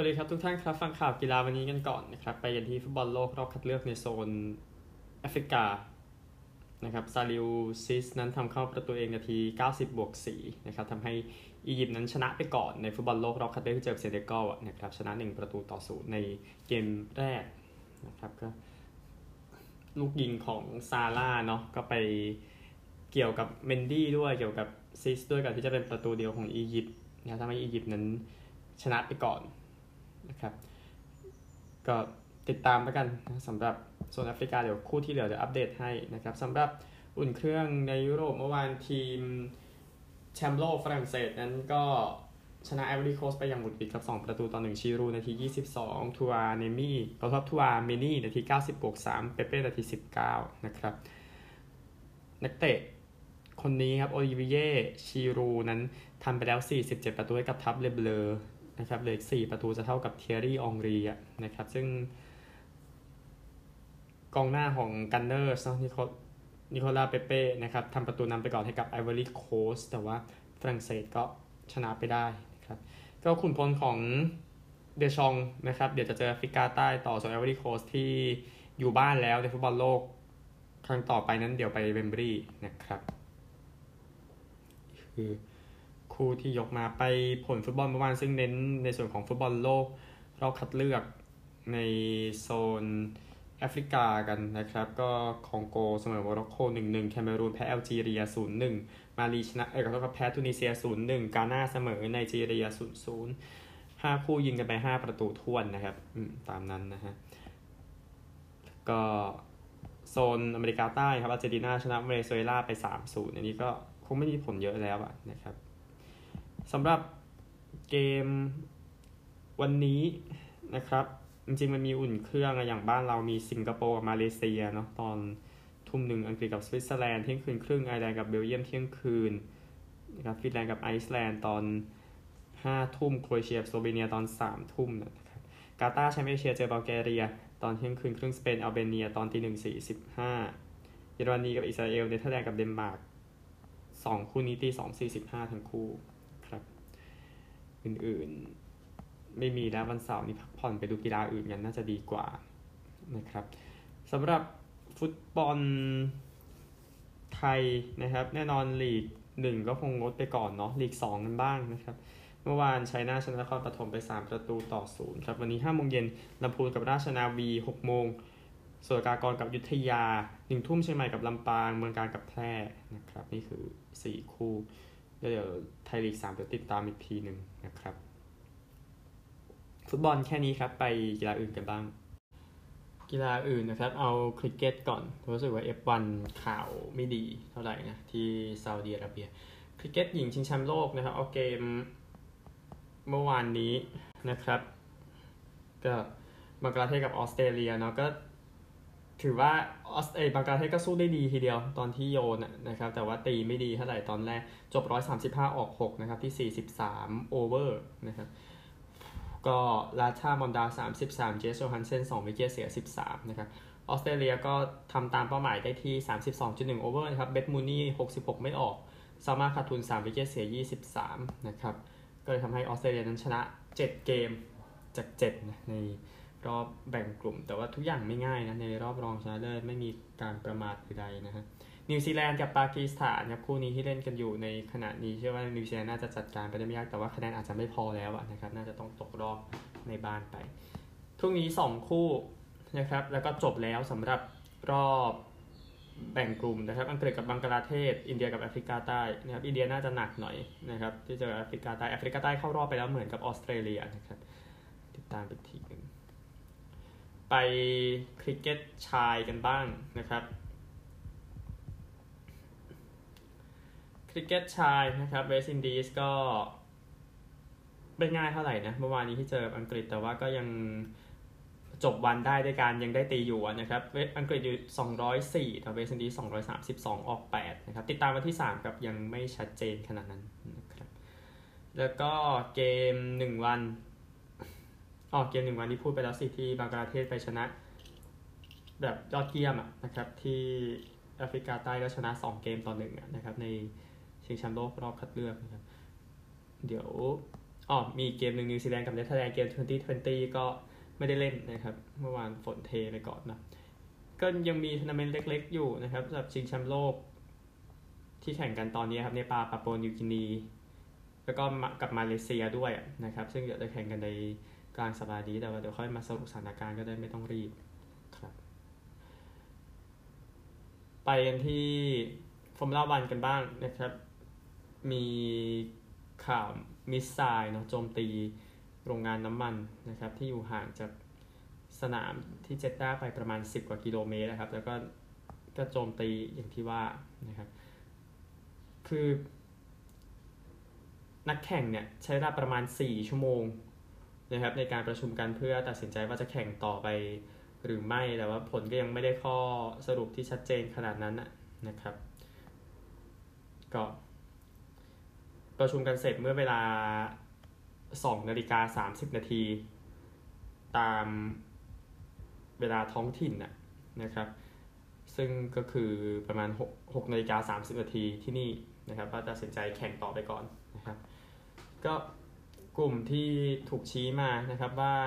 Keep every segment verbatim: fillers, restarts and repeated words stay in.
วัสดีครับทุกท่านครับฟังข่าวกีฬาวันนี้กันก่อนนะครับไปกันที่ฟุตบอลโลกรอบคัดเลือกในโซนแอฟริกานะครับซาลิวซิสนั้นทำเข้าประตูเองนาทีเก้าสิบบวกสี่นะครับทำให้อียิปต์นั้นชนะไปก่อนในฟุตบอลโลกรอบคัดเลือกที่เจอเซเนกัลนะครับชนะหนึ่งประตูต่อศูนย์ในเกมแรกนะครับก็ลูกยิงของซาร่าเนาะก็ไปเกี่ยวกับเมนดี้ด้วยเกี่ยวกับซิสด้วยกับที่จะเป็นประตูเดียวของอียิปต์นะทำให้อียิปต์นั้นชนะไปก่อนนะครับก็ติดตามแล้วกันนะสำหรับโซนแอฟริกาเดี๋ยวคู่ที่เหลือจะอัปเดตให้นะครับสำหรับอุ่นเครื่องในยุโรปเมื่อวานทีมแชมป์โลกฝรั่งเศสนั้นก็ชนะไอวอรี่โคสต์ไปอย่างหวุดหวิดครับสองประตูต่อหนึ่งชิรูนาทียี่สิบสองทัวร์เนมี่เขาทับทัวร์เมนี่นาทีเก้าสิบบวกสามเปเป้นาทีสิบเก้านะครับนักเตะคนนี้ครับโอลิเวียชิรูนั้นทำไปแล้วสี่สิบเจ็ดประตูให้กับทัพเลเบลอนะครับเหลือสี่ประตูจะเท่ากับเทียรี่อองรีนะครับซึ่งกองหน้าของกันเนอร์สนิโคนิโคลาเปเป้นะครับทำประตูนำไปก่อนให้กับไอวอรี่โคสต์แต่ว่าฝรั่งเศสก็ชนะไปได้นะครับก็ขุนพลของเดชองนะครับเดี๋ยวจะเจอแอฟริกาใต้ต่อส่วนไอวอรี่โคสต์ที่อยู่บ้านแล้วในฟุตบอลโลกครั้งต่อไปนั้นเดี๋ยวไปเวมบลีย์นะครับคือคู่ที่ยกมาไปผลฟุตบอลเมื่อวานซึ่งเน้นในส่วนของฟุตบอลโลกรอบคัดเลือกในโซนแอฟริกากันนะครับก็คองโกเสมอโมร็อกโก หนึ่งหนึ่ง แคเมรูนแพ้แอลจีเรีย ศูนย์ หนึ่ง มาลีชนะเออก็แพ้ทูนิเซีย ศูนย์ หนึ่ง กาน่าเสมอไนจีเรีย ศูนย์ ศูนย์ ห้าคู่ยิงกันไปห้าประตูถ้วนนะครับตามนั้นนะฮะก็โซนอเมริกาใต้ครับอาร์เจนตินาชนะเวเนซุเอลาไป สามศูนย์ อันนี้ก็คงไม่มีผลเยอะแล้วนะครับสำหรับเกมวันนี้นะครับจริงๆมันมีอุ่นเครื่องอย่างบ้านเรามีสิงคโปร์กับมาเลเซียเนาะตอนทุ่มหนึ่งอังกฤษกับสวิตเซอร์แลนด์เที่ยงคืนครึ่งไอร์แลนด์กับเบลเยียมเที่ยงคืนนะครับฟินแลนด์กับไอซ์แลนด์ตอนห้าทุ่มโครเอเชียสโลเวเนียตอนสามทุ่มนะครับกาตาร์แชมป์เอเชียเจอบัลแกเรียตอนเที่ยงคืนครึ่งสเปนอัลเบเนียตอนตีหนึ่งสี่สิบห้าเยอรมนีกับอิสราเอลเนเธอร์แลนด์กับเดนมาร์กสองคู่นี้ตีสองสี่สิบห้าทั้งคู่ครับอื่นๆไม่มีแล้ววันเสาร์นี้พักผ่อนไปดูกีฬาอื่นกันน่าจะดีกว่านะครับสำหรับฟุตบอลไทยนะครับแน่นอนลีกหนึ่งก็คงงดไปก่อนเนาะลีกสองกันบ้างนะครับเมื่อวานชัยนาทชนะนครปฐมไปสามประตูต่อศูนย์ครับวันนี้ห้าโมงเย็นลำพูนกับราชนาวีหกโมงสมุทรปราการกับอยุธยาหนึ่งทุ่มเชียงใหม่กับลำปางเมืองกาญกับแพร่นะครับนี่คือสี่คู่แล้วเดี๋ยวไทยลีกสามเดี๋ยวติดตามอีกทีนึงนะครับฟุตบอลแค่นี้ครับไปกีฬาอื่นกันบ้างกีฬาอื่นนะครับเอาคริกเก็ตก่อนรู้สึกว่า เอฟ วัน ข่าวไม่ดีเท่าไหร่นะที่ซาอุดิอาระเบียคริกเก็ตหญิงชิงแชมป์โลกนะครับเอาเกมเมื่อวานนี้นะครับก็บังกลาเทศกับออสเตรเลียเนาะก็ถือว่าออสเอบังกลาเทศก็สู้ได้ดีทีเดียวตอนที่โยนนะครับแต่ว่าตีไม่ดีเท่าไหร่ตอนแรกจบหนึ่งร้อยสามสิบห้าออกหกนะครับที่สี่สิบสามโอเวอร์นะครับก็ลาชามอนดาสามสิบสามเจสโจฮันเซนสองวิกเก็ตเสียสิบสามนะครับออสเตรเลียก็ทำตามเป้าหมายได้ที่ สามสิบสองจุดหนึ่ง โอเวอร์นะครับเบธมูนี่หกสิบหกไม่ออกซามาคาทุนสามวิกเก็ตเสียยี่สิบสามนะครับก็เลยทำให้ออสเตรเลียนั้นชนะเจ็ดเกมจากเจ็ดนะในรอบแบ่งกลุ่มแต่ว่าทุกอย่างไม่ง่ายนะในรอบรองชนะเลิศไม่มีการประมาทใดๆนะฮะนิวซีแลนด์กับปากีสถานครับคู่นี้ที่เล่นกันอยู่ในขณะนี้เชื่อว่านิวซีแลนด์น่าจะจัดการไปได้ไม่ยากแต่ว่าคะแนนอาจจะไม่พอแล้วนะครับน่าจะต้องตกรอบในบ้านไปพรุ่งนี้สองคู่นะครับแล้วก็จบแล้วสำหรับรอบแบ่งกลุ่มนะครับอังกฤษกับบังกลาเทศอินเดียกับแอฟริกาใต้นะครับอินเดียน่าจะหนักหน่อยนะครับที่เจอแอฟริกาใต้แอฟริกาใต้เข้ารอบไปแล้วเหมือนกับออสเตรเลียนะครับติดตามอีกทีนึงไปคริกเก็ตชายกันบ้างนะครับคริกเก็ตชายนะครับเวสต์อินดีสก็ไม่ง่ายเท่าไหร่นะเมื่อวานนี้ที่เจออังกฤษแต่ว่าก็ยังจบวันได้ด้วยการยังได้ตีอยู่นะครับเวสต์อังกฤษอยู่สองร้อยสี่แต่เวสต์อินดีสสองร้อยสามสิบสองออกแปดนะครับติดตามวันที่สามครับยังไม่ชัดเจนขนาดนั้นนะครับแล้วก็เกมหนึ่งวันอ๋อเกมหนึ่งวันที่พูดไปแล้วสิที่บังกลาเทศไปชนะแบบยอดเยี่ยมนะครับที่แอฟริกาใต้ก็ชนะสองเกมต่อหนึ่งนะครับในชิงแชมป์โลกรอบคัดเลือกนะครับเดี๋ยวอ๋อมีเกมหนึ่งนิวซีแลนด์กับเนเธอร์แลนด์เกมยี่สิบยี่สิบก็ไม่ได้เล่นนะครับเมื่อวานฝนเทไปก่อนนะก็ยังมีทัวร์นาเมนต์เล็กๆอยู่นะครับสำหรับชิงแชมป์โลกที่แข่งกันตอนนี้ครับเนปาลปาปัวนิวกินีแล้วก็กับมาเลเซียด้วยนะครับซึ่งเดี๋ยวจะแข่งกันในกลางสัปดาห์นี้แต่ว่าเดี๋ยวค่อยมาสรุปสถานการณ์ก็ได้ไม่ต้องรีบครับไปกันที่ฟอร์มูล่าวันกันบ้างนะครับมีข่าวมิสไซล์เนาะโจมตีโรงงานน้ำมันนะครับที่อยู่ห่างจากสนามที่เจดด้าไปประมาณสิบกว่ากิโลเมตรนะครับแล้วก็ก็โจมตีอย่างที่ว่านะครับคือนักแข่งเนี่ยใช้เวลาประมาณสี่ชั่วโมงนะครับในการประชุมกันเพื่อตัดสินใจว่าจะแข่งต่อไปหรือไม่แต่ว่าผลก็ยังไม่ได้ข้อสรุปที่ชัดเจนขนาดนั้นนะครับก็ประชุมกันเสร็จเมื่อเวลาสองนาฬิกาสามสิบนาทีตามเวลาท้องถิ่นนะครับซึ่งก็คือประมาณหกนาฬิกาสามสิบนาทีที่นี่นะครับก็ตัดสินใจแข่งต่อไปก่อนนะครับก็กลุ่มที่ถูกชี้มานะครับว่า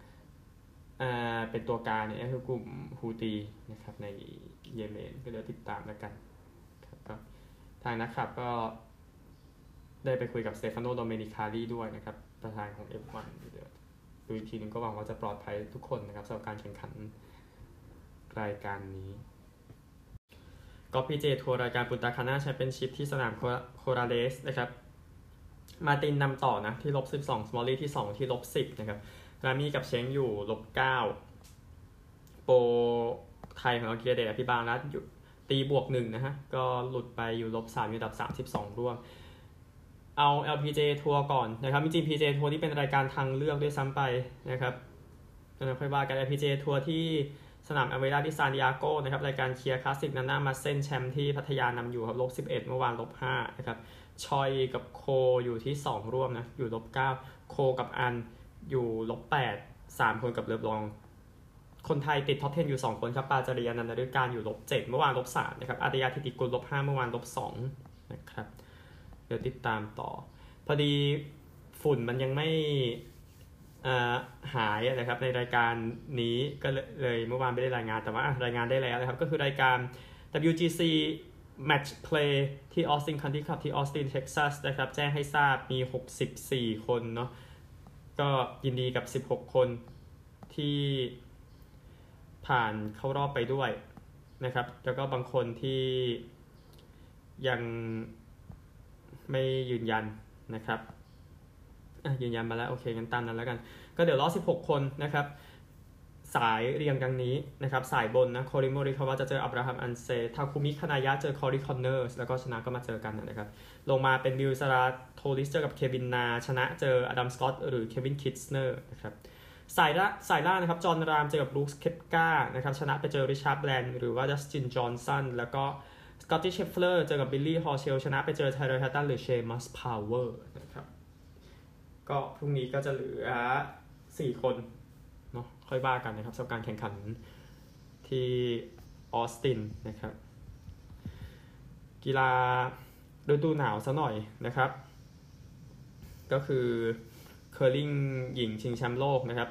เป็นตัวการเนี่ยคือกลุ่มฮูตีนะครับในเยเมนก็เดี๋ยวติดตามแล้วกันครับก็ทางนักขับก็ได้ไปคุยกับสเตฟานโน โดเมนิคาลีด้วยนะครับประธานของ เอฟ วัน เดี๋ยวดูอีกทีนึงก็หวังว่าจะปลอดภัยทุกคนนะครับสำหรับการแข่งขันรายการนี้ก็ พี เจ ทัวร์รายการปุนตาคาน่าแชมเปี้ยนชิพที่สนามโคราเลสนะครับมาตินนำต่อนะที่ลบสิบสองสมอลลี่ที่สองที่ลบสิบนะครับรามี่กับเชงอยู่ลบเก้าโปรไทยของเราเกียร์เดชอภิบาลรัตน์อยู่ตีบวกหนึ่งนะฮะก็หลุดไปอยู่ลบสามอยู่อันดับสามสิบสองร่วมเอา แอล พี เจ ทัวร์ก่อนนะครับจริงๆ พี เจ ทัวร์ที่เป็นรายการทางเลือกด้วยซ้ำไปนะครับเราค่อยว่ากัน แอล พี เจ ทัวร์ที่สนามอเวราที่ซานดิเอโกนะครับรายการเคียร์คลาสสิกนันน่ามาเส้นแชมป์ที่พัทยานำอยู่ครับลบสิบเอ็ดเมื่อวานลบห้านะครับชอยกับโคอยู่ที่สองร่วมนะอยู่ลบเก้าโคกับอันอยู่ลบแปด สามคนกับเลิฟลองคนไทยติดท็อปสิบอยู่สองคนครับปาจาริยานันทฤการอยู่ลบเจ็ดเมื่อวานลบสามนะครับอาตยาธิติกุลลบห้าเมื่อวานลบสองนะครับเดี๋ยวติดตามต่อพอดีฝุ่นมันยังไม่หายนะครับในรายการนี้ก็เลยเมื่อวานไม่ได้รายงานแต่ว่ารายงานได้แล้วนะครับก็คือรายการ ดับเบิลยู จี ซี Match Play ที่ Austin Country Club ที่ Austin Texas นะครับแจ้งให้ทราบมีหกสิบสี่คนเนาะก็ยินดีกับสิบหกคนที่ผ่านเข้ารอบไปด้วยนะครับแล้วก็บางคนที่ยังไม่ยืนยันนะครับยืนยันมาแล้วโอเคงั้นตามนั้นแล้วกันก็เดี๋ยวรอสิบหกคนนะครับสายเรียงดังนี้นะครับสายบนนะโคริโมริคาวะจะเจออับราฮัมอันเซทาคุมิคานายะเจอคอริคอนเนอร์สแล้วก็ชนะก็มาเจอกันนะครับลงมาเป็นบิลซาราโทลิสเจอกับเควินนาชนะเจออดัมสกอตหรือเควินคิดสเนอร์นะครับสายละสายล่างนะครับจอห์นรามเจอกับบรูซเคปกานะครับชนะไปเจอริชาร์ดแบรนด์หรือว่าจัสตินจอห์นสันแล้วก็สกอตตี้เชฟเฟอร์เจอกับบิลลี่ฮอร์เชลชนะไปเจอไทเลอร์แฮตตันหรือเชมัสพาวเวอร์นะครับก็พรุ่งนี้ก็จะเหลือสี่คนเนาะค่อยว่ากันนะครับสำหรับการแข่งขันที่ออสตินนะครับกีฬาฤดูหนาวซะหน่อยนะครับก็คือเคอร์ลิงหญิงชิงแชมป์โลกนะครับ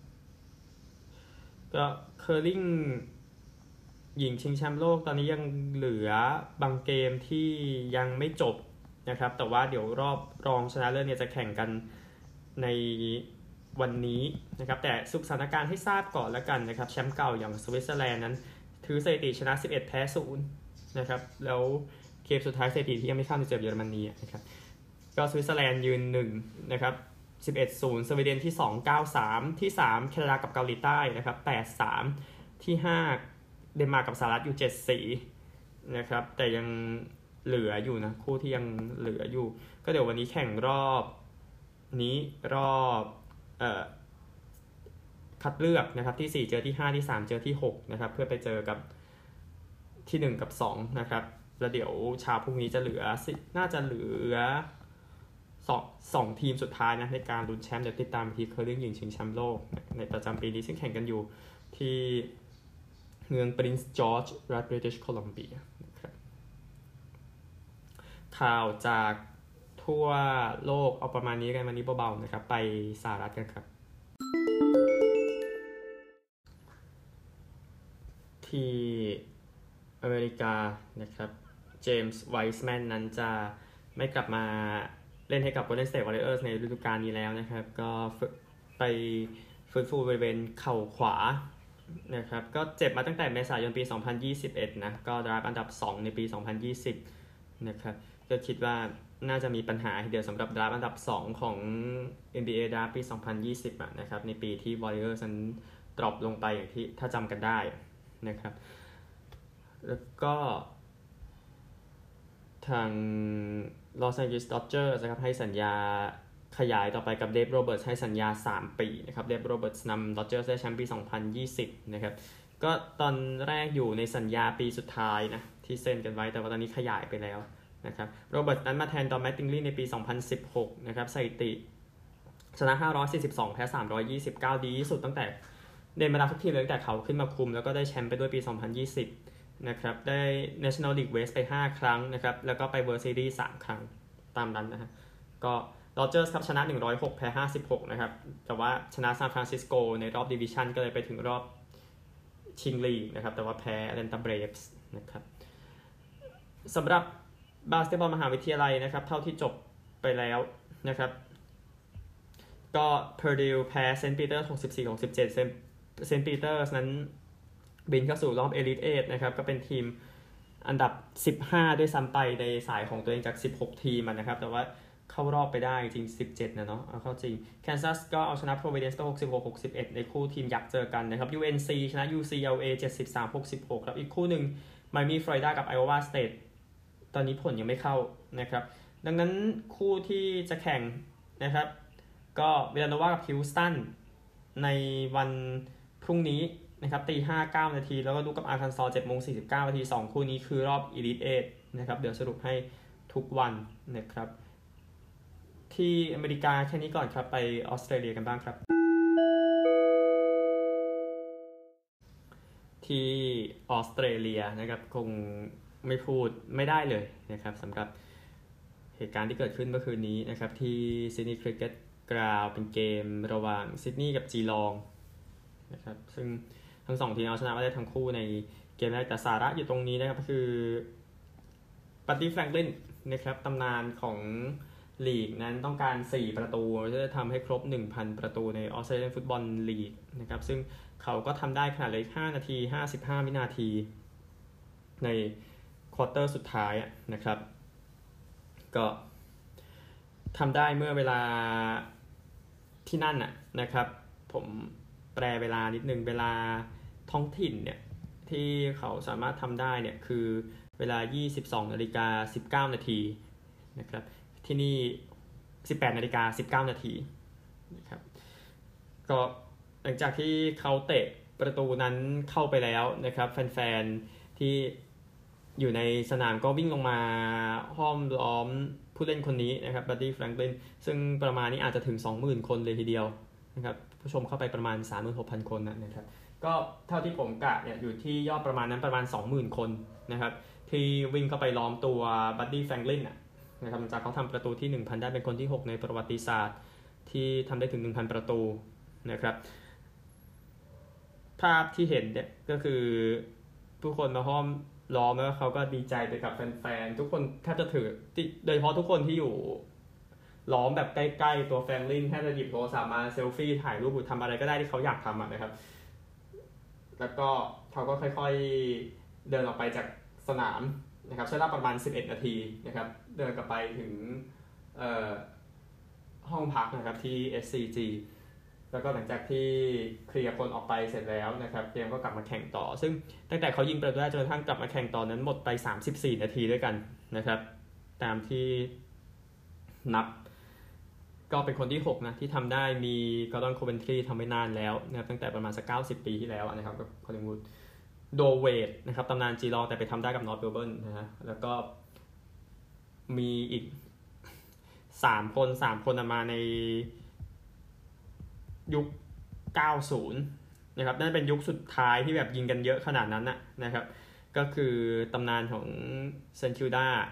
ก็เคอร์ลิงหญิงชิงแชมป์โลกตอนนี้ยังเหลือบางเกมที่ยังไม่จบนะครับแต่ว่าเดี๋ยวรอบรองชนะเลิศเนี่ยจะแข่งกันในวันนี้นะครับแต่สุขสถานการณ์ให้ทราบก่อนแล้วกันนะครับแชมป์เก่าอย่างสวิตเซอร์แลนด์นั้นถือสถิติชนะสิบเอ็ดแพ้ศูนย์นะครับแล้วเกมสุดท้ายสถิติที่ยังไม่ข้ามจะเจอเยอรมนีนะครับก็สวิตเซอร์แลนด์ยืนหนึ่งนะครับสิบเอ็ดศูนย์สวีเดนที่สอง เก้าสามที่สามแคนาดากับเกาหลีใต้นะครับแปดสามที่ห้าเดนมาร์กกับสหรัฐอยู่เจ็ดสี่นะครับแต่ยังเหลืออยู่นะคู่ที่ยังเหลืออยู่ก็เดี๋ยววันนี้แข่งรอบนี้รอบเอ่อคัดเลือกนะครับที่สี่เจอที่ห้าที่สามเจอที่หกนะครับเพื่อไปเจอกับที่หนึ่งกับสองนะครับแล้วเดี๋ยวเช้าพรุ่งนี้จะเหลือน่าจะเหลือสอง สองทีมสุดท้ายนะในการลุ้นแชมป์เดี๋ยวติดตามทีเคอร์ลิงหญิงชิงแชมป์โลกในประจำปีนี้ซึ่งแข่งกันอยู่ที่เมืองปรินซ์จอร์จรัฐบริติชโคลัมเบียนะครับข่าวจากททั่วโลกเอาประมาณนี้กันวันนี้เบาๆนะครับไปสหรัฐกันครับที่อเมริกานะครับเจมส์ไวส์แมนนั้นจะไม่กลับมาเล่นให้กับ Golden State Warriors ในฤดูกาลนี้แล้วนะครับก็ไปฟื้นฟูบริเวณเข่าขวานะครับก็เจ็บมาตั้งแต่เมษายนปีสองพันยี่สิบเอ็ดนะก็ดราฟต์อันดับสองในปีสองพันยี่สิบนะครับก็คิดว่าน่าจะมีปัญหาเดียวสำหรับดราฟต์อันดับสองของ เอ็น บี เอ ดราฟต์ปีสองพันยี่สิบอ่ะนะครับในปีที่ Warriors นั้นดรอปลงไปอย่างที่ถ้าจำกันได้นะครับแล้วก็ทาง Los Angeles Dodgers นะครับให้สัญญาขยายต่อไปกับเดฟโรเบิร์ตให้สัญญาสามปีนะครับเดฟโรเบิร์ตนำ Dodgers ได้แชมป์ปีสองพันยี่สิบนะครับก็ตอนแรกอยู่ในสัญญาปีสุดท้ายนะที่เซ็นกันไว้แต่ว่าตอนนี้ขยายไปแล้วนะครับโรเบิร์ตนั้นมาแทนดอมแมตติงลี่ในปีสองพันสิบหกนะครับสถิติชนะห้าร้อยสี่สิบสองแพ้สามร้อยยี่สิบเก้าดีที่สุดตั้งแต่เดินมาได้ทุกทีมเลยตั้งแต่เขาขึ้นมาคุมแล้วก็ได้แชมป์ไปด้วยปีสองพันยี่สิบนะครับได้ National League West ไปห้าครั้งนะครับแล้วก็ไป World Series สามครั้งตามนั้นนะฮะก็ Dodgers ครับชนะหนึ่งร้อยหกแพ้ห้าสิบหกนะครับแต่ว่าชนะซานฟรานซิสโกในรอบดิวิชั่นก็เลยไปถึงรอบชิงลีกนะครับแต่ว่าแพ้ Atlanta Braves นะครับสำหรับบาสเกตบอลมหาวิทยาลัยนะครับเท่าที่จบไปแล้วนะครับก็ Purdue แพ้เซนต์ปีเตอร์สหกสิบสี่หกสิบเจ็ดเซนต์ปีเตอร์สนั้นบินเข้าสู่รอบ Elite แปดนะครับก็เป็นทีมอันดับสิบห้าด้วยซ้ำไปในสายของตัวเองจากสิบหกทีมนะครับแต่ว่าเข้ารอบไปได้จริงสิบเจ็ดนะเนาะเอาเข้าจริง Kansas ก็เอาชนะ Providence หกสิบหก หกสิบเอ็ดในคู่ทีมยักษ์เจอกันนะครับ ยู เอ็น ซี ชนะ ยู ซี แอล เอ เจ็ดสิบสาม หกสิบหกครับอีกคู่หนึ่ง Miami Florida กับ Iowa State ตอนนี้ผลยังไม่เข้านะครับดังนั้นคู่ที่จะแข่งนะครับก็วิลลาโนวากับฮิวสตันในวันพรุ่งนี้นะครับตีห้า เก้านาทีแล้วก็ดูกับอาร์คันซอส เจ็ดโมงสี่สิบเก้านาทีสองคู่นี้คือรอบ Elite แปดนะครับเดี๋ยวสรุปให้ทุกวันนะครับที่อเมริกาแค่นี้ก่อนครับไปออสเตรเลียกันบ้างครับที่ออสเตรเลียนะครับคงไม่พูดไม่ได้เลยนะครับสำหรับเหตุการณ์ที่เกิดขึ้นเมื่อคืนนี้นะครับที่ซิดนีย์คริกเก็ตกราวเป็นเกมระหว่างซิดนีย์กับจีลองนะครับซึ่งทั้งสองทีมเอาชนะมาได้ทั้งคู่ในเกมแรกแต่สาระอยู่ตรงนี้นะครับคือบัดดี้แฟรงคลินนะครับตำนานของลีกนั้นต้องการสี่ประตูจะทำให้ครบ หนึ่งพัน ประตูในออสเตรเลียนฟุตบอลลีกนะครับซึ่งเขาก็ทำได้ขนาดเหลืออีกห้านาทีห้าสิบห้าวินาทีในควอเตอร์สุดท้ายนะครับก็ทำได้เมื่อเวลาที่นั่นน่ะนะครับผมแปลเวลานิดนึงเวลาท้องถิ่นเนี่ยที่เขาสามารถทำได้เนี่ยคือเวลา ยี่สิบสองนาฬิกาสิบเก้านาทีนะครับที่นี่ สิบแปดนาฬิกาสิบเก้านาทีนะครับก็หลังจากที่เขาเตะประตูนั้นเข้าไปแล้วนะครับแฟนๆที่อยู่ในสนามก็วิ่งลงมาห้อมล้อมผู้เล่นคนนี้นะครับบัดดี้แฟรงคลินซึ่งประมาณนี้อาจจะถึง สองหมื่น คนเลยทีเดียวนะครับผู้ชมเข้าไปประมาณ สามหมื่นหกพัน คนนะครับก็เท่าที่ผมกะเนี่ยอยู่ที่ยอดประมาณนั้นประมาณ สองหมื่น คนนะครับที่วิ่งเข้าไปล้อมตัวบัดดี้แฟรงคลินนะครับหลังจากเขาทำประตูที่ หนึ่งพัน ได้เป็นคนที่หกในประวัติศาสตร์ที่ทำได้ถึง หนึ่งพัน ประตูนะครับภาพที่เห็นเนี่ยก็คือผู้คนมาห้อมล้อมแล้วเขาก็ดีใจไปกับแฟนๆทุกคนแทบจะถือโดยเฉพาะทุกคนที่อยู่ล้อมแบบใกล้ๆตัวแฟรงคลินแทบจะหยิบโทรศัพท์มาเซลฟี่ถ่ายรูปหรือทำอะไรก็ได้ที่เขาอยากทำนะครับแล้วก็เขาก็ค่อยๆเดินออกไปจากสนามนะครับใช้เวลาประมาณสิบเอ็ดนาทีนะครับเดินกลับไปถึงห้องพักนะครับที่ เอส ซี จี แล้วก็หลังจากที่เคลียร์คนออกไปเสร็จแล้วนะครับเกมก็กลับมาแข่งต่อซึ่งตั้งแต่เขายิงประตูได้จนกระทั่งกลับมาแข่งต่อนั้นหมดไปสามสิบสี่นาทีด้วยกันนะครับตามที่นับก็เป็นคนที่หกนะที่ทำได้มีกอร์ดอนโคเวนทรีทำไว้นานแล้วนะครับตั้งแต่ประมาณสักเก้าสิบปีที่แล้วนะครับกับคอลลิงวูดโดเวดนะครับตำนานจีลองแต่ไปทำได้กับนอร์ทเมลเบิร์นนะฮะแล้วก็มีอีกสามคนสามคนมาในยุคเก้าสิบนะครับนั่นเป็นยุคสุดท้ายที่แบบยิงกันเยอะขนาดนั้นนะนะครับก็คือตำนานของเซนคิวดาก็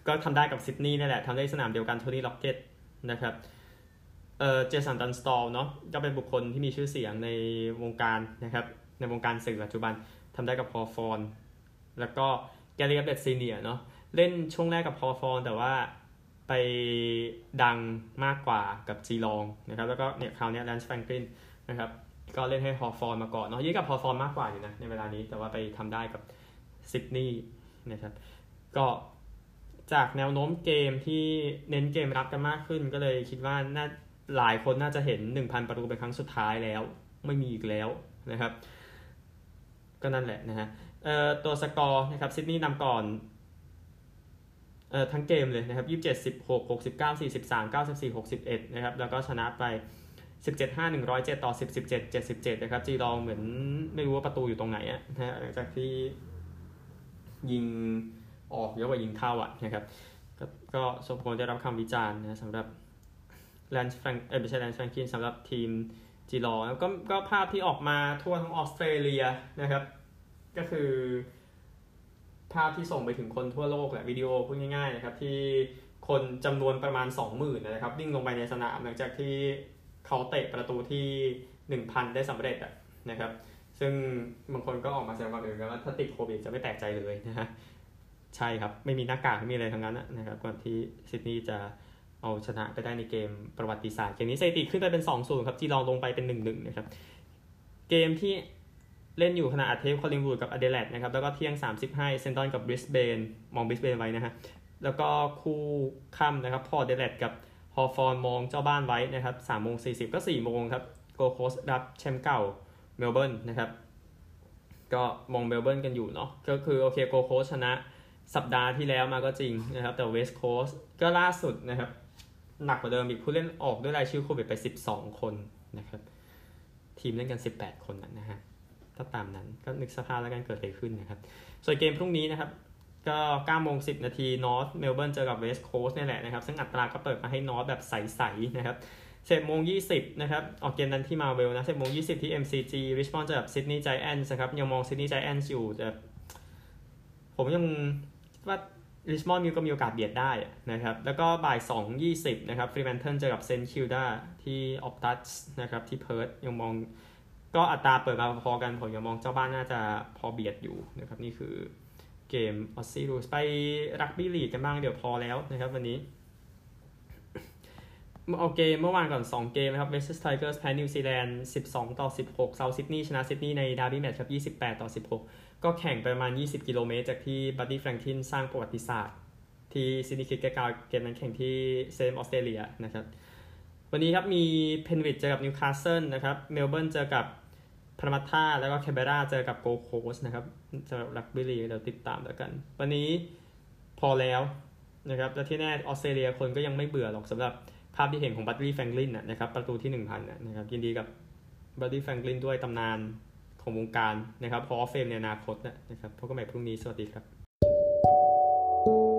ก็ทำได้กับซิดนีย์นี่แหละทำได้สนามเดียวกันโทนี่ล็อกเก็ตนะครับเอ่อเจสันดันสตอลเนาะก็เป็นบุคคลที่มีชื่อเสียงในวงการนะครับในวงการสื่อปัจจุบันทำได้กับพอฟอนแล้วก็แกเรียบเดดซีเนียเนาะเล่นช่วงแรกกับพอฟอนแต่ว่าไปดังมากกว่ากับจีลองนะครับแล้วก็เนี่ยคราวนี้แลนซ์แฟรงคลินนะครับก็เล่นให้ฮอฟอนมาก่อนเนาะยิ่งกับฮอฟอนมากกว่าอยู่นะในเวลานี้แต่ว่าไปทำได้กับซิดนีย์นะครับก็จากแนวโน้มเกมที่เน้นเกมรับกันมากขึ้นก็เลยคิดว่าน่าหลายคนน่าจะเห็น หนึ่งพัน ประตูเป็นครั้งสุดท้ายแล้วไม่มีอีกแล้วนะครับก็นั่นแหละนะฮะเอ่อตัวสกอร์นะครับซิดนีย์นำก่อนเอ่อทั้งเกมเลยนะครับยี่สิบเจ็ด สิบหก หกสิบเก้า สี่สิบสาม เก้าสิบสี่ หกสิบเอ็ดนะครับแล้วก็ชนะไปสิบเจ็ด ห้า หนึ่งร้อยเจ็ดต่อสิบ สิบเจ็ด เจ็ดสิบเจ็ดนะครับจีลองเหมือนไม่รู้ว่าประตูอยู่ตรงไหนอ่ะนะฮะหลังจากที่ยิงออกเยอะกว่ายิงเข้าอ่ะนะครับก็ก็สมควรได้รับคำวิจารณ์นะสำหรับแลนซ์แฟรงเออไม่ใช่แลนซ์แฟรงคินสำหรับทีมจีลองแล้วก็ก็ภาพที่ออกมาทั่วทั้งออสเตรเลียนะครับก็คือภาพที่ส่งไปถึงคนทั่วโลกแหละวิดีโอพูดง่ายๆนะครับที่คนจำนวนประมาณ สองหมื่น นะครับวิ่งลงไปในสนามหลังจากที่เขาเตะประตูที่ หนึ่งพัน ได้สำเร็จอ่ะนะครับซึ่งบางคนก็ออกมาแสดงความเห็นกันว่าถ้าติดโควิดจะไม่แปลกใจเลยนะฮะใช่ครับไม่มีหน้ากากไม่มีอะไรทั้งนั้นนะครับก่อนที่ซิดนีย์จะเอาชนะไปได้ในเกมประวัติศาสตร์เกมนี้สถิติขึ้นไปเป็น สองศูนย์ ครับจีลองลงไปเป็น หนึ่งหนึ่ง นะครับเกมที่เล่นอยู่ขณะอัดเทปคอลลิงวูดกับอเดเลดนะครับแล้วก็เที่ยงสามสิบห้าเซนตันกับบริสเบนมองบริสเบนไว้นะฮะแล้วก็คู่ค่ำนะครับพออเดเลดกับฮอฟอร์นมองเจ้าบ้านไว้นะครับ สามโมงสี่สิบ ก็ สี่โมงครับโกลด์โคสต์รับแชมป์เก่าเมลเบิร์นนะครับก็มองเมลเบิร์นกันอยู่เนาะก็คือโอเคโกลด์โคสต์ชนะสัปดาห์ที่แล้วมาก็จริงนะครับแต่เวสต์โคสต์ก็ล่าสุดนะครับหนักกว่าเดิมอีกผู้เล่นออกด้วยรายชื่อโควิดไปสิบสองคนนะครับทีมเล่นกันสิบแปดคนนะฮะถ้าตามนั้นก็นึกสภาพแล้วกันเกิดอะไรขึ้นนะครับส่วนเกมพรุ่งนี้นะครับก็ เก้าโมงสิบ นาทีนอร์ทเมลเบิร์นเจอกับเวสต์โคสต์นี่แหละนะครับซึ่งอัตราก็เปิดมาให้นอร์ทแบบใสๆนะครับสิบโมงยี่สิบนะครับออกเกมนั้นที่มาเวลนะสิบโมงยี่สิบที่ เอ็ม ซี จี Richmond เจอกับ Sydney Giants นะครับยังมอง Sydney Giants อยู่แต่ผมยังว่า Richmond มีก็มีโอกาสเบียดได้นะครับแล้วก็บ่าย สองโมงยี่สิบ นะครับ Fremantle เจอกับ Saint Kilda ที่ Optus นะครับที่เพิร์ธยังมองก็อัตราเปิดมาพอกันผมยังมองเจ้าบ้านน่าจะพอเบียดอยู่นะครับนี่คือเกมออสซี่รูสไปรักบี้ลีกกันบ้างเดี๋ยวพอแล้วนะครับวันนี้เอาเกมเมื่อวานก่อนสองเกมนะครับ West Tigers แพ้นิวซีแลนด์สิบสองต่อสิบหก South Sydney ชนะซิดนีย์ในดาร์บี้แมตช์ครับยี่สิบแปดต่อสิบหกก็แข่งไปประมาณยี่สิบกิโลเมตรจากที่บัดดี้แฟรงคลินสร้างประวัติศาสตร์ที่ซิดนีย์คริกเก็ตกราวด์เกมนั้นแข่งที่เซมออสเตรเลียนะครับวันนี้ครับมีเพนวิชเจอกับนิวคาสเซิลนะครับเมลเบิร์นเจอกับพารามัตตาแล้วก็แคนเบราเจอกับโกลด์โคสต์นะครับสำหรับรักบี้ลีกเดี๋ยวติดตามแล้วกันวันนี้พอแล้วนะครับและที่แน่ออสเตรเลียคนก็ยังไม่เบื่อหรอกสำหรับภาพที่เห็นของบัดดี้แฟรงคลินนะครับประตูที่ หนึ่งพัน นะครับยินดีกับบัดดี้แฟรงคลินด้วยตำนานของวงการนะครับพอเฟมในอนาคตนะครับพบกันใหม่พรุ่งนี้สวัสดีครับ